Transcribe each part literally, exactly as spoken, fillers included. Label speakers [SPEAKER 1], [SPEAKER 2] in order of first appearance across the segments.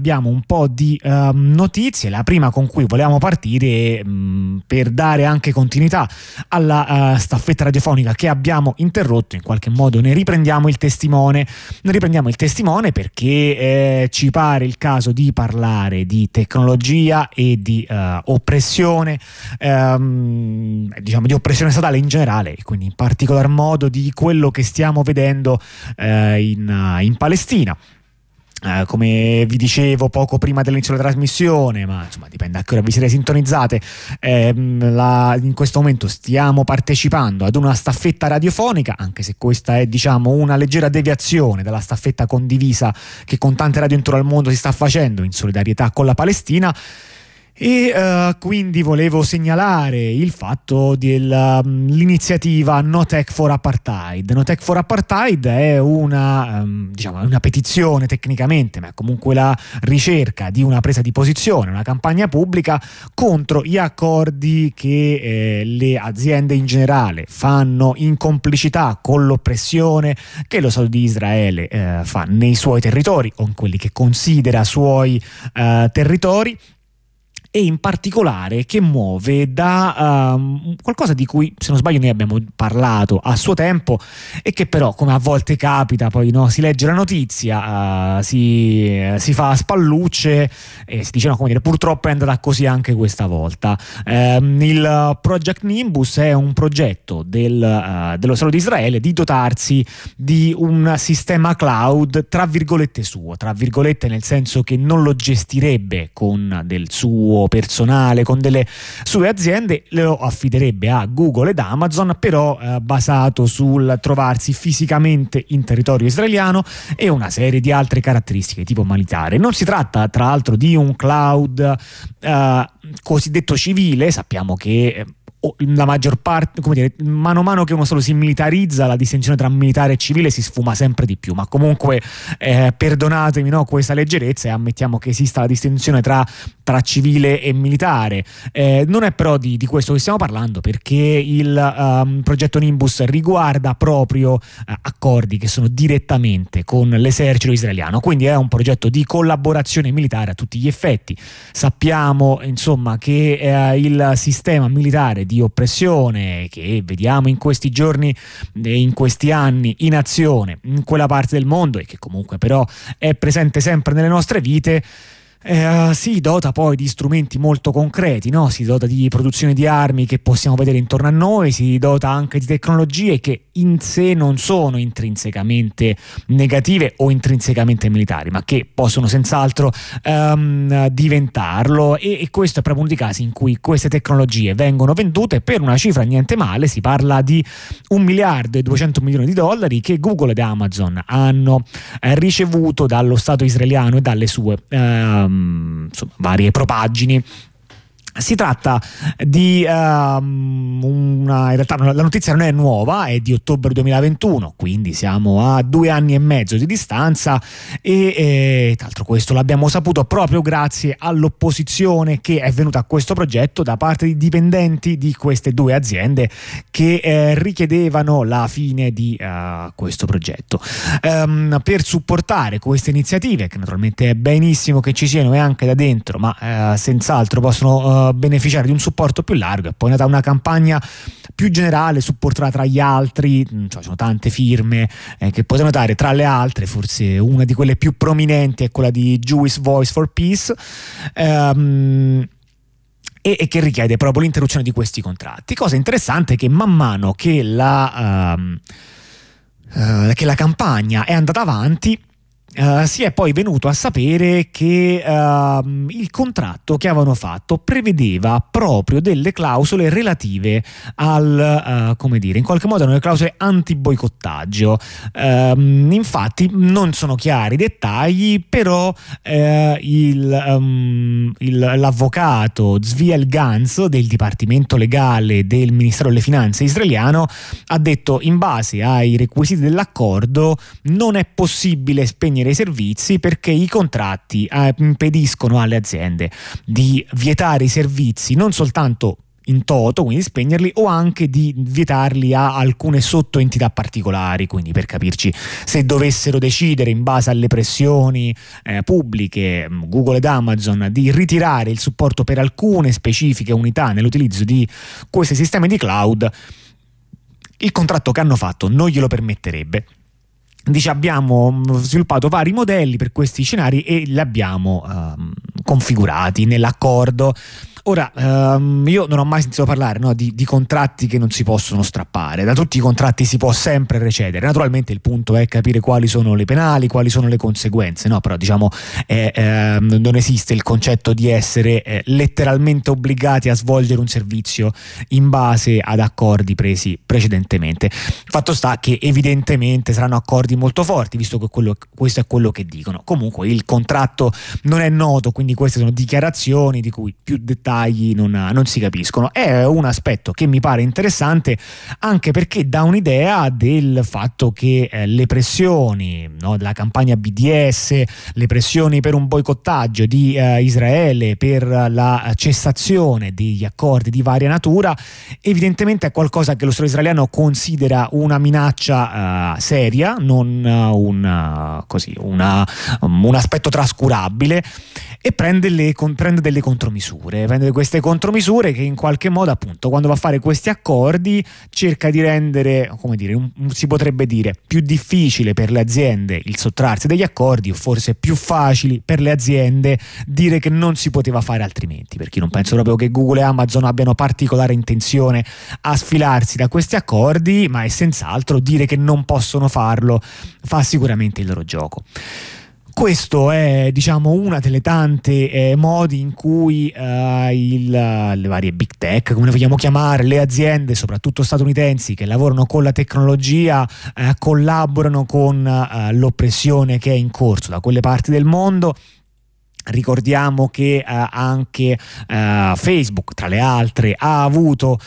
[SPEAKER 1] abbiamo un po' di uh, notizie. La prima con cui volevamo partire mh, per dare anche continuità alla uh, staffetta radiofonica che abbiamo interrotto, in qualche modo ne riprendiamo il testimone. Ne riprendiamo il testimone perché eh, ci pare il caso di parlare di tecnologia e di uh, oppressione, ehm, diciamo di oppressione statale in generale, e quindi in particolar modo di quello che stiamo vedendo eh, in, in Palestina. Uh, come vi dicevo poco prima dell'inizio della trasmissione, ma insomma dipende a che ora vi siete sintonizzate, ehm, la, in questo momento stiamo partecipando ad una staffetta radiofonica, anche se questa è diciamo una leggera deviazione dalla staffetta condivisa che con tante radio intorno al mondo si sta facendo in solidarietà con la Palestina. E uh, quindi volevo segnalare il fatto dell'iniziativa No Tech for Apartheid. No Tech for Apartheid è una, um, diciamo, una petizione tecnicamente, ma è comunque la ricerca di una presa di posizione, una campagna pubblica contro gli accordi che eh, le aziende in generale fanno in complicità con l'oppressione che lo Stato di Israele eh, fa nei suoi territori o in quelli che considera suoi eh, territori, e in particolare che muove da um, qualcosa di cui, se non sbaglio, noi abbiamo parlato a suo tempo e che però, come a volte capita, poi no, si legge la notizia, uh, si, si fa spallucce e si dice no, come dire, purtroppo è andata così anche questa volta. Um, il Project Nimbus è un progetto del, uh, dello Stato di Israele di dotarsi di un sistema cloud tra virgolette suo, tra virgolette nel senso che non lo gestirebbe con del suo personale, con delle sue aziende, lo affiderebbe a Google ed Amazon, però eh, basato sul trovarsi fisicamente in territorio israeliano e una serie di altre caratteristiche tipo militare. Non si tratta tra l'altro di un cloud eh, cosiddetto civile. Sappiamo che eh, la maggior parte, come dire, mano a mano che uno Stato si militarizza, la distinzione tra militare e civile si sfuma sempre di più, ma comunque eh, perdonatemi no, questa leggerezza, e ammettiamo che esista la distinzione tra, tra civile e militare. Eh, non è però di, di questo che stiamo parlando, perché il um, progetto Nimbus riguarda proprio uh, accordi che sono direttamente con l'esercito israeliano, quindi è un progetto di collaborazione militare a tutti gli effetti. Sappiamo insomma che eh, il sistema militare di oppressione che vediamo in questi giorni e in questi anni in azione in quella parte del mondo, e che comunque però è presente sempre nelle nostre vite, Eh, si dota poi di strumenti molto concreti, no? Si dota di produzione di armi che possiamo vedere intorno a noi, si dota anche di tecnologie che in sé non sono intrinsecamente negative o intrinsecamente militari, ma che possono senz'altro um, diventarlo, e, e questo è proprio uno dei casi in cui queste tecnologie vengono vendute per una cifra niente male. Si parla di un miliardo e duecento milioni di dollari che Google ed Amazon hanno eh, ricevuto dallo Stato israeliano e dalle sue um, insomma, varie propaggini. Si tratta di um, una, in realtà la notizia non è nuova, è di ottobre duemilaventuno, quindi siamo a due anni e mezzo di distanza, e, e tra l'altro questo l'abbiamo saputo proprio grazie all'opposizione che è venuta a questo progetto da parte di dipendenti di queste due aziende che eh, richiedevano la fine di uh, questo progetto. Um, per supportare queste iniziative, che naturalmente è benissimo che ci siano e anche da dentro, ma uh, senz'altro possono uh, beneficiare di un supporto più largo, e poi è nata una campagna più generale supportata tra gli altri, cioè, ci sono tante firme eh, che potete notare, tra le altre forse una di quelle più prominenti è quella di Jewish Voice for Peace, ehm, e, e che richiede proprio l'interruzione di questi contratti. Cosa interessante è che man mano che la, uh, uh, che la campagna è andata avanti, Uh, si è poi venuto a sapere che uh, il contratto che avevano fatto prevedeva proprio delle clausole relative al, uh, come dire, in qualche modo erano le clausole anti-boicottaggio. Uh, infatti non sono chiari i dettagli, però uh, il, um, il, l'avvocato Zviel Gantz del Dipartimento Legale del Ministero delle Finanze israeliano ha detto: in base ai requisiti dell'accordo non è possibile spegnere i servizi, perché i contratti eh, impediscono alle aziende di vietare i servizi non soltanto in toto, quindi spegnerli, o anche di vietarli a alcune sottoentità particolari. Quindi, per capirci, se dovessero decidere in base alle pressioni eh, pubbliche, Google ed Amazon, di ritirare il supporto per alcune specifiche unità nell'utilizzo di questi sistemi di cloud, il contratto che hanno fatto non glielo permetterebbe. Dice: abbiamo sviluppato vari modelli per questi scenari e li abbiamo um, configurati nell'accordo. Ora, um, io non ho mai sentito parlare, no, di, di contratti che non si possono strappare. Da tutti i contratti si può sempre recedere. Naturalmente il punto è capire quali sono le penali, quali sono le conseguenze, no? Però diciamo eh, eh, non esiste il concetto di essere eh, letteralmente obbligati a svolgere un servizio in base ad accordi presi precedentemente. Fatto sta che evidentemente saranno accordi molto forti, visto che quello, questo è quello che dicono. Comunque il contratto non è noto, quindi queste sono dichiarazioni di cui più dettagli Non, non si capiscono. È un aspetto che mi pare interessante, anche perché dà un'idea del fatto che eh, le pressioni, no, della campagna B D S, le pressioni per un boicottaggio di eh, Israele, per la cessazione degli accordi di varia natura, evidentemente è qualcosa che lo Stato israeliano considera una minaccia uh, seria, non uh, un, uh, così, una, um, un aspetto trascurabile, e prende, le, con, prende delle contromisure, prende queste contromisure che in qualche modo, appunto, quando va a fare questi accordi cerca di rendere, come dire, un, si potrebbe dire, più difficile per le aziende il sottrarsi degli accordi, o forse più facili per le aziende dire che non si poteva fare altrimenti, perché non penso proprio che Google e Amazon abbiano particolare intenzione a sfilarsi da questi accordi, ma è senz'altro dire che non possono farlo fa sicuramente il loro gioco. Questo è, diciamo, una delle tante eh, modi in cui eh, il, le varie big tech, come le vogliamo chiamare, le aziende, soprattutto statunitensi, che lavorano con la tecnologia, eh, collaborano con eh, l'oppressione che è in corso da quelle parti del mondo. Ricordiamo che eh, anche eh, Facebook, tra le altre, ha avuto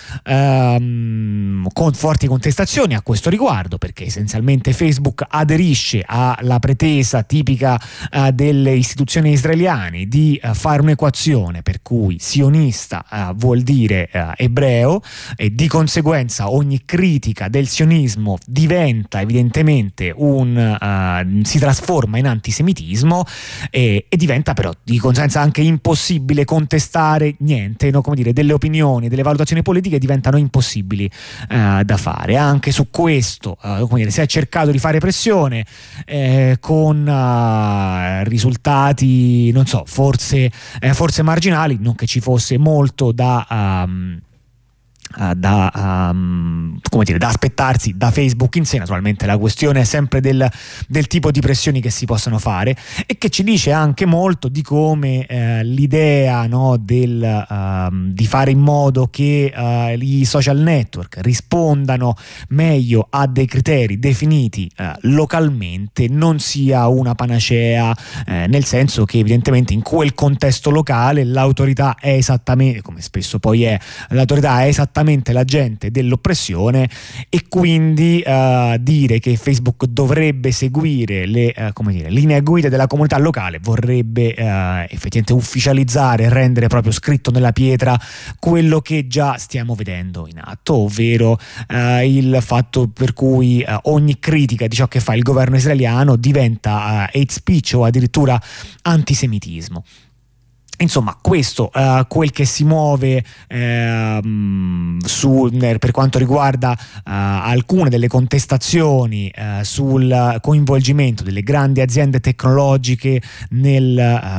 [SPEAKER 1] ehm, con forti contestazioni a questo riguardo, perché essenzialmente Facebook aderisce alla pretesa tipica eh, delle istituzioni israeliane di eh, fare un'equazione per cui sionista eh, vuol dire eh, ebreo, e di conseguenza ogni critica del sionismo diventa evidentemente un eh, si trasforma in antisemitismo, e, e diventa però di conseguenza anche impossibile contestare niente, no? Come dire, delle opinioni, delle valutazioni politiche diventano impossibili eh, da fare. Anche su questo eh, come dire, si è cercato di fare pressione eh, con eh, risultati, non so, forse, eh, forse marginali, non che ci fosse molto da... Um, Uh, da, um, come dire, da aspettarsi da Facebook in sé. Naturalmente la questione è sempre del, del tipo di pressioni che si possono fare, e che ci dice anche molto di come eh, l'idea, no, del, uh, di fare in modo che uh, i social network rispondano meglio a dei criteri definiti uh, localmente non sia una panacea, eh, nel senso che evidentemente in quel contesto locale l'autorità è esattamente, come spesso poi è, l'autorità è esattamente l'agente dell'oppressione, e quindi uh, dire che Facebook dovrebbe seguire le uh, come dire, linee guida della comunità locale vorrebbe uh, effettivamente ufficializzare e rendere proprio scritto nella pietra quello che già stiamo vedendo in atto, ovvero uh, il fatto per cui uh, ogni critica di ciò che fa il governo israeliano diventa uh, hate speech o addirittura antisemitismo. Insomma, questo uh, quel che si muove eh, su, per quanto riguarda uh, alcune delle contestazioni uh, sul coinvolgimento delle grandi aziende tecnologiche nel,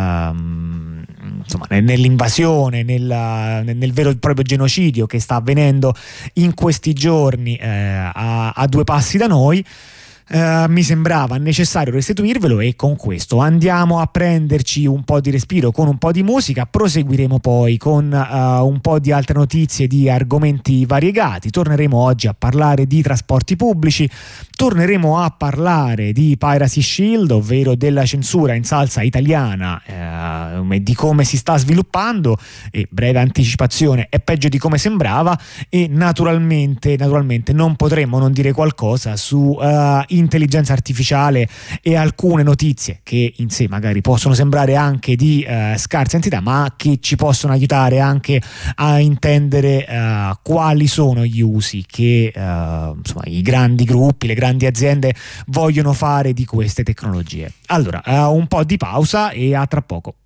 [SPEAKER 1] uh, insomma, nell'invasione, nel, nel vero e proprio genocidio che sta avvenendo in questi giorni eh, a, a due passi da noi. Uh, mi sembrava necessario restituirvelo, e con questo andiamo a prenderci un po' di respiro con un po' di musica. Proseguiremo poi con uh, un po' di altre notizie, di argomenti variegati. Torneremo oggi a parlare di trasporti pubblici, torneremo a parlare di Piracy Shield, ovvero della censura in salsa italiana uh, e di come si sta sviluppando, e breve anticipazione, è peggio di come sembrava. E naturalmente, naturalmente non potremo non dire qualcosa su uh, intelligenza artificiale e alcune notizie che in sé magari possono sembrare anche di eh, scarsa entità, ma che ci possono aiutare anche a intendere eh, quali sono gli usi che eh, insomma, i grandi gruppi, le grandi aziende vogliono fare di queste tecnologie. Allora, eh, un po' di pausa e a tra poco.